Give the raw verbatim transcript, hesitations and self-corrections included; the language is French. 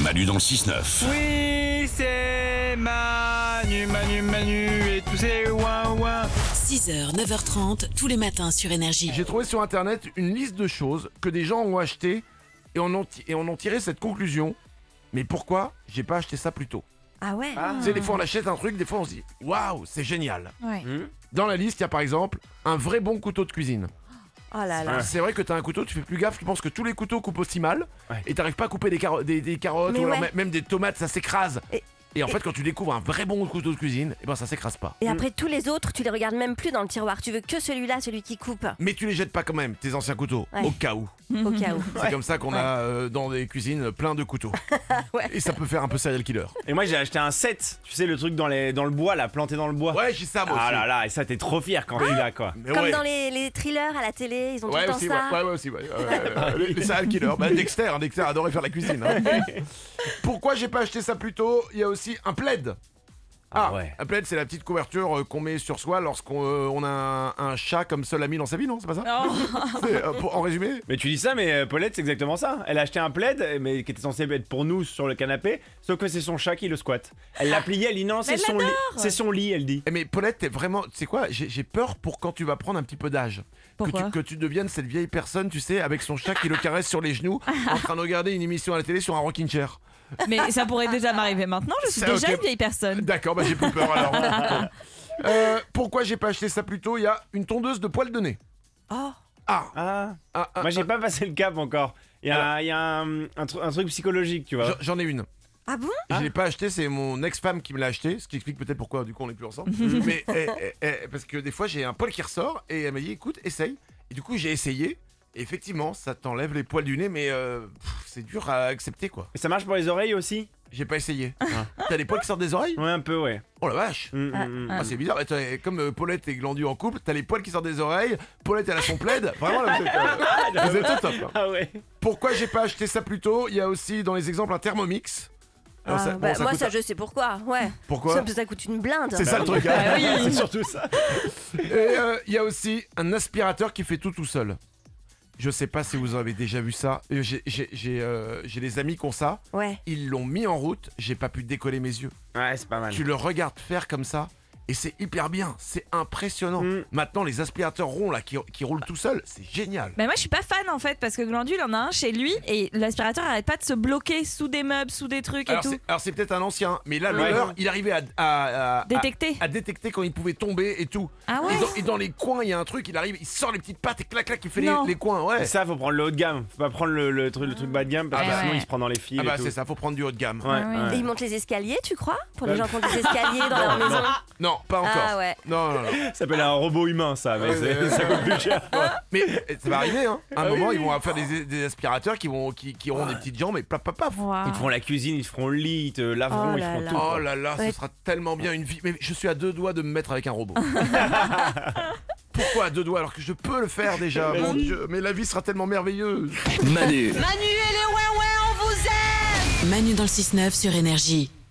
Manu dans le six neuf. Oui, c'est Manu, Manu, Manu et tous ces ouin ouin. six heures, neuf heures trente, tous les matins sur Énergie. J'ai trouvé sur internet une liste de choses que des gens ont achetées et en ont, ti- et en ont tiré cette conclusion. Mais pourquoi j'ai pas acheté ça plus tôt? Ah ouais. Tu sais, des fois on achète un truc, des fois on se dit waouh, c'est génial. Ouais. Dans la liste, il y a par exemple un vrai bon couteau de cuisine. Oh là là. C'est vrai que t'as un couteau, tu fais plus gaffe, tu penses que tous les couteaux coupent aussi mal Ouais. et t'arrives pas à couper des, caro- des, des carottes Mais ou alors ouais. m- même des tomates, ça s'écrase. Et- Et en fait, quand tu découvres un vrai bon couteau de cuisine, et ben ça s'écrase pas. Et après tous les autres, tu les regardes même plus dans le tiroir. Tu veux que celui-là, celui qui coupe. Mais tu les jettes pas quand même, tes anciens couteaux, Ouais. au cas où. Au cas où. C'est comme ça qu'on a euh, dans des cuisines plein de couteaux. Ouais. Et ça peut faire un peu serial killer. Et moi j'ai acheté un set, tu sais le truc dans, les, dans le bois là, planté dans le bois. Ouais, j'ai ça moi Ah aussi. là là, et ça t'es trop fier quand tu l'as quoi. Mais Comme ouais. dans les, les thrillers à la télé, ils ont Ouais tout le temps aussi, ça. ouais, ouais, ouais, aussi, ouais. Euh, les, les serial killers. Bah, Dexter, hein, Dexter adorait faire la cuisine. hein. Pourquoi j'ai pas acheté ça plus tôt? Il y a aussi un plaid. Ah, Ah ouais. un plaid, c'est la petite couverture euh, qu'on met sur soi lorsqu'on euh, on a un, un chat comme seul ami dans sa vie, non? C'est pas ça? C'est, euh, pour- En résumé? Mais tu dis ça, mais euh, Paulette c'est exactement ça. Elle a acheté un plaid, mais qui était censé être pour nous sur le canapé, sauf que c'est son chat qui le squatte. Elle l'a plié, elle dit non, c'est elle son lit. l'adore. C'est son lit, elle dit. Eh, mais Paulette, t'es vraiment. Tu sais quoi? J'ai j'ai peur pour quand tu vas prendre un petit peu d'âge. Que Pourquoi tu, que tu deviennes cette vieille personne, tu sais, avec son chat qui le caresse sur les genoux, en train de regarder une émission à la télé sur un rocking chair. Mais ça pourrait déjà m'arriver maintenant, je suis C'est déjà ok. une vieille personne. D'accord, bah j'ai plus peur alors. Euh, pourquoi j'ai pas acheté ça plus tôt? Il y a une tondeuse de poils de nez. Oh. Ah, Ah. ah, ah, Moi j'ai ah, pas passé le cap encore. Il y a, il y a un, un tru- un truc psychologique, tu vois. j'en- J'en ai une. Ah bon? Et je l'ai pas acheté, c'est mon ex-femme qui me l'a acheté, ce qui explique peut-être pourquoi du coup on est plus ensemble. Mais eh, eh, eh, parce que des fois j'ai un poil qui ressort et elle m'a dit écoute, essaye. Et du coup j'ai essayé. Et effectivement, ça t'enlève les poils du nez, mais euh, pff, c'est dur à accepter quoi. Et ça marche pour les oreilles aussi? J'ai pas essayé. T'as des poils qui sortent des oreilles? Ouais, un peu, ouais. Oh la vache! Mm, mm, mm. Ah, c'est bizarre, Attends, comme euh, Paulette et Glandu en couple, t'as les poils qui sortent des oreilles, Paulette elle a son plaid, vraiment là vous êtes, euh, vous êtes au top. hein. Ah ouais. Pourquoi j'ai pas acheté ça plus tôt? Il y a aussi dans les exemples un Thermomix. Alors, Ah, ça- bah, bon, ça moi coûte ça un- je sais pourquoi. Ouais. Pourquoi? Ça, ça coûte une blinde. C'est ça le truc. hein. Ah oui. C'est surtout ça. Et euh, il y a aussi un aspirateur qui fait tout tout seul. Je sais pas si vous avez déjà vu ça. Euh, J'ai j'ai- j'ai, euh, j'ai des amis qui ont ça. Ouais. Ils l'ont mis en route. J'ai pas pu décoller mes yeux. Ouais, c'est pas mal. Tu le regardes faire comme ça. Et c'est hyper bien, c'est impressionnant. Mm. Maintenant, les aspirateurs ronds là qui, qui roulent tout seuls, c'est génial. Mais moi je suis pas fan en fait parce que Glandu il en a un chez lui et l'aspirateur arrête pas de se bloquer sous des meubles, sous des trucs et Alors tout. c'est, alors c'est peut-être un ancien, mais là le Ouais. leur, il arrivait à, à- à- Détecter. à, à détecter quand il pouvait tomber et tout. Ah ouais. Et dans, et dans les coins, il y a un truc, il arrive, il sort les petites pattes et clac clac, il fait les, Non. les coins, ouais. Et ça, faut prendre le haut de gamme. Faut pas prendre le, le truc, le truc bas de gamme parce Ah que bah. sinon Ouais. il se prend dans les fils. Ah bah et tout. c'est ça, faut prendre du haut de gamme. Ouais, Ah oui. ouais. Et ils montent les escaliers, tu crois? Pour les gens qui ont des escaliers dans leur maison. Non, pas encore. Ah ouais. Non, non, non. Ça s'appelle un robot humain, ça, mais c'est- ça coûte plus cher. Mais euh, ça va arriver, hein. À un Ah moment, oui, ils vont faire des, des aspirateurs qui vont, qui, qui auront des petites jambes et paf paf paf. Waouh. Ils te feront la cuisine, ils te feront le lit, ils te laveront, Oh ils là feront là. tout. Oh quoi. là là, Ouais. ce sera tellement bien une vie. Mais je suis à deux doigts de me mettre avec un robot. Pourquoi à deux doigts alors que je peux le faire déjà? Mon Dieu, mais la vie sera tellement merveilleuse. Manu. Manu dans le six neuf sur Énergie.